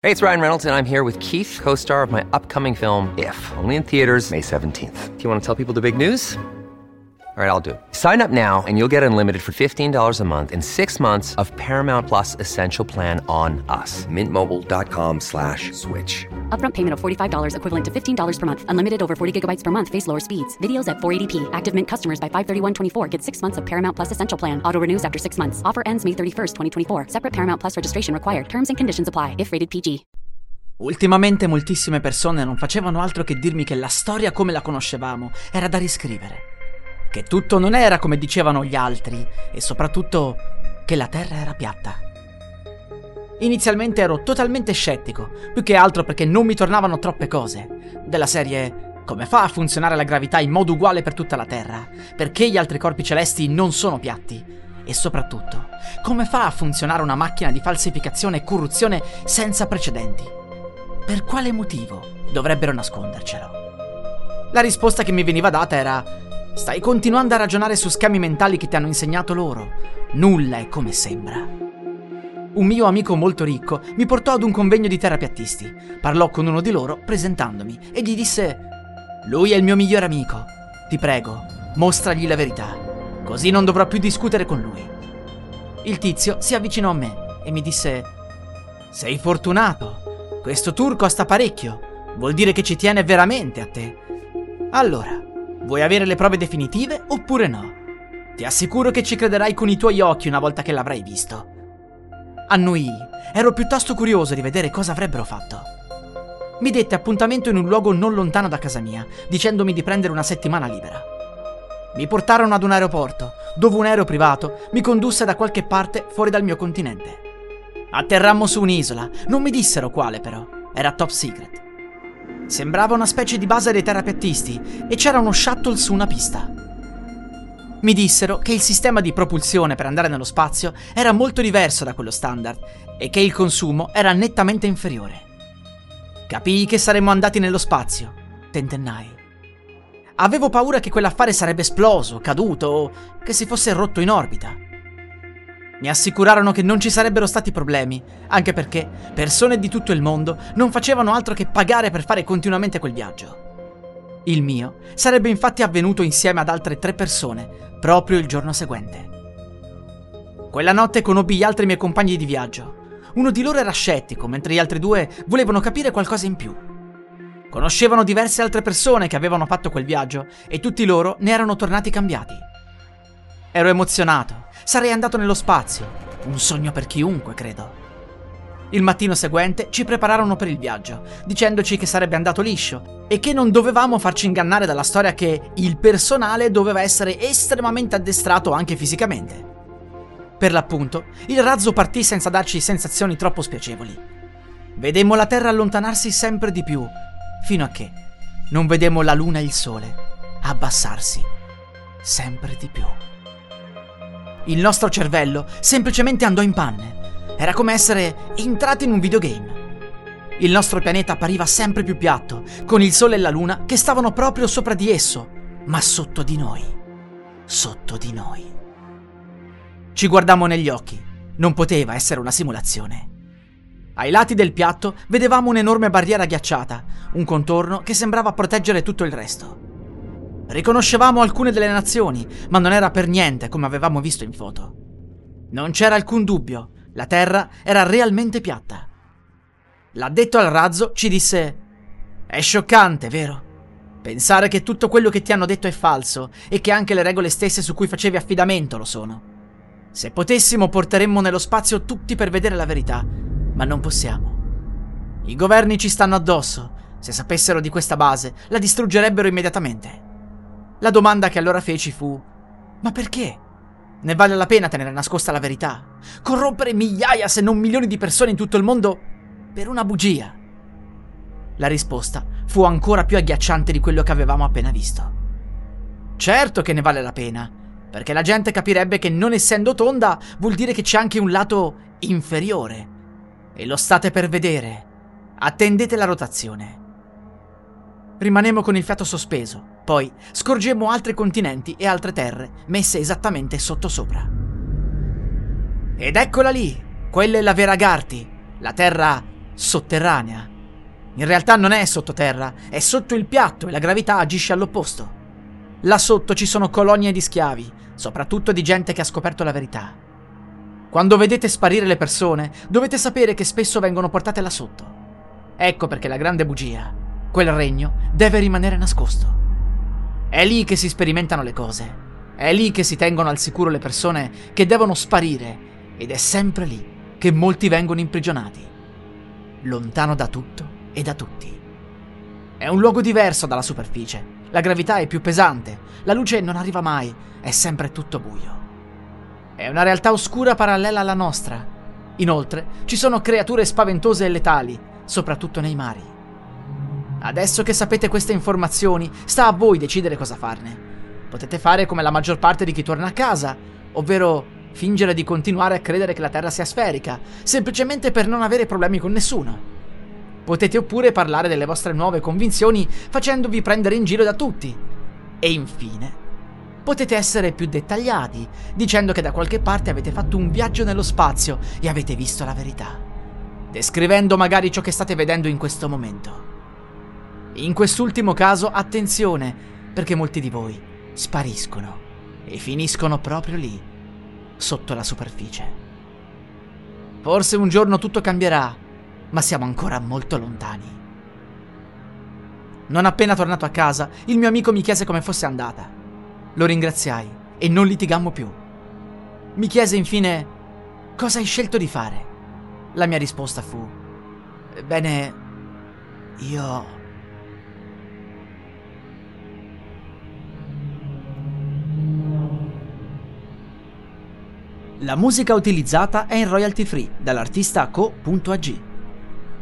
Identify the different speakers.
Speaker 1: Hey, it's Ryan Reynolds, and I'm here with Keith, co-star of my upcoming film, If, only in theaters May 17th. Do you want to tell people the big news? All right, I'll do it. Sign up now and you'll get unlimited for $15 a month and 6 months of Paramount Plus Essential Plan on us. MintMobile.com/switch.
Speaker 2: Upfront payment of $45 equivalent to $15 per month. Unlimited over 40 gigabytes per month. Face lower speeds. Videos at 480p. Active Mint customers by 531.24 get 6 months of Paramount Plus Essential Plan. Auto renews after 6 months. Offer ends May 31st, 2024. Separate Paramount Plus registration required. Terms and conditions apply if rated PG.
Speaker 3: Ultimamente moltissime persone non facevano altro che dirmi che la storia come la conoscevamo era da riscrivere. Che tutto non era come dicevano gli altri e soprattutto che la Terra era piatta. Inizialmente ero totalmente scettico, più che altro perché non mi tornavano troppe cose. Della serie, come fa a funzionare la gravità in modo uguale per tutta la Terra? Perché gli altri corpi celesti non sono piatti? E soprattutto, come fa a funzionare una macchina di falsificazione e corruzione senza precedenti? Per quale motivo dovrebbero nascondercelo? La risposta che mi veniva data era: stai continuando a ragionare su schemi mentali che ti hanno insegnato loro. Nulla è come sembra. Un mio amico molto ricco mi portò ad un convegno di terapiattisti. Parlò con uno di loro presentandomi e gli disse: lui è il mio migliore amico. Ti prego, mostragli la verità. Così non dovrò più discutere con lui. Il tizio si avvicinò a me e mi disse: sei fortunato. Questo tour costa parecchio. Vuol dire che ci tiene veramente a te. Allora, vuoi avere le prove definitive oppure no? Ti assicuro che ci crederai con i tuoi occhi una volta che l'avrai visto. Annuii. Ero piuttosto curioso di vedere cosa avrebbero fatto. Mi dette appuntamento in un luogo non lontano da casa mia, dicendomi di prendere una settimana libera. Mi portarono ad un aeroporto, dove un aereo privato mi condusse da qualche parte fuori dal mio continente. Atterrammo su un'isola, non mi dissero quale però, era top secret. Sembrava una specie di base dei terapeutisti e c'era uno shuttle su una pista. Mi dissero che il sistema di propulsione per andare nello spazio era molto diverso da quello standard e che il consumo era nettamente inferiore. Capii che saremmo andati nello spazio, tentennai. Avevo paura che quell'affare sarebbe esploso, caduto o che si fosse rotto in orbita. Mi assicurarono che non ci sarebbero stati problemi, anche perché persone di tutto il mondo non facevano altro che pagare per fare continuamente quel viaggio. Il mio sarebbe infatti avvenuto insieme ad altre 3 persone, proprio il giorno seguente. Quella notte conobbi gli altri miei compagni di viaggio. Uno di loro era scettico, mentre gli altri 2 volevano capire qualcosa in più. Conoscevano diverse altre persone che avevano fatto quel viaggio e tutti loro ne erano tornati cambiati. Ero emozionato, sarei andato nello spazio, un sogno per chiunque, credo. Il mattino seguente ci prepararono per il viaggio, dicendoci che sarebbe andato liscio e che non dovevamo farci ingannare dalla storia che il personale doveva essere estremamente addestrato anche fisicamente. Per l'appunto, il razzo partì senza darci sensazioni troppo spiacevoli. Vedemmo la Terra allontanarsi sempre di più, fino a che non vedemmo la Luna e il Sole abbassarsi sempre di più. Il nostro cervello semplicemente andò in panne. Era come essere entrati in un videogame. Il nostro pianeta appariva sempre più piatto, con il Sole e la Luna che stavano proprio sopra di esso, ma sotto di noi. Sotto di noi. Ci guardammo negli occhi. Non poteva essere una simulazione. Ai lati del piatto vedevamo un'enorme barriera ghiacciata, un contorno che sembrava proteggere tutto il resto. Riconoscevamo alcune delle nazioni, ma non era per niente come avevamo visto in foto. Non c'era alcun dubbio, la Terra era realmente piatta. L'addetto al razzo ci disse: è scioccante, vero? Pensare che tutto quello che ti hanno detto è falso e che anche le regole stesse su cui facevi affidamento lo sono. Se potessimo porteremmo nello spazio tutti per vedere la verità, ma non possiamo. I governi ci stanno addosso. Se sapessero di questa base, la distruggerebbero immediatamente. La domanda che allora feci fu: ma perché? Ne vale la pena tenere nascosta la verità? Corrompere migliaia se non milioni di persone in tutto il mondo per una bugia? La risposta fu ancora più agghiacciante di quello che avevamo appena visto. Certo che ne vale la pena, perché la gente capirebbe che non essendo tonda vuol dire che c'è anche un lato inferiore. E lo state per vedere. Attendete la rotazione. Rimanemmo con il fiato sospeso, poi scorgemmo altri continenti e altre terre messe esattamente sottosopra. Ed eccola lì, quella è la vera Garti, la terra sotterranea. In realtà non è sottoterra, è sotto il piatto e la gravità agisce all'opposto. Là sotto ci sono colonie di schiavi, soprattutto di gente che ha scoperto la verità. Quando vedete sparire le persone, dovete sapere che spesso vengono portate là sotto. Ecco perché la grande bugia, quel regno, deve rimanere nascosto. È lì che si sperimentano le cose, è lì che si tengono al sicuro le persone che devono sparire, ed è sempre lì che molti vengono imprigionati, lontano da tutto e da tutti. È un luogo diverso dalla superficie, la gravità è più pesante, la luce non arriva mai, è sempre tutto buio. È una realtà oscura parallela alla nostra. Inoltre, ci sono creature spaventose e letali, soprattutto nei mari. Adesso che sapete queste informazioni, sta a voi decidere cosa farne. Potete fare come la maggior parte di chi torna a casa, ovvero fingere di continuare a credere che la Terra sia sferica, semplicemente per non avere problemi con nessuno. Potete oppure parlare delle vostre nuove convinzioni facendovi prendere in giro da tutti. E infine, potete essere più dettagliati, dicendo che da qualche parte avete fatto un viaggio nello spazio e avete visto la verità, descrivendo magari ciò che state vedendo in questo momento. In quest'ultimo caso, attenzione, perché molti di voi spariscono e finiscono proprio lì, sotto la superficie. Forse un giorno tutto cambierà, ma siamo ancora molto lontani. Non appena tornato a casa, il mio amico mi chiese come fosse andata. Lo ringraziai e non litigammo più. Mi chiese infine: cosa hai scelto di fare? La mia risposta fu: bene, io... La musica utilizzata è in royalty free dall'artista co.ag.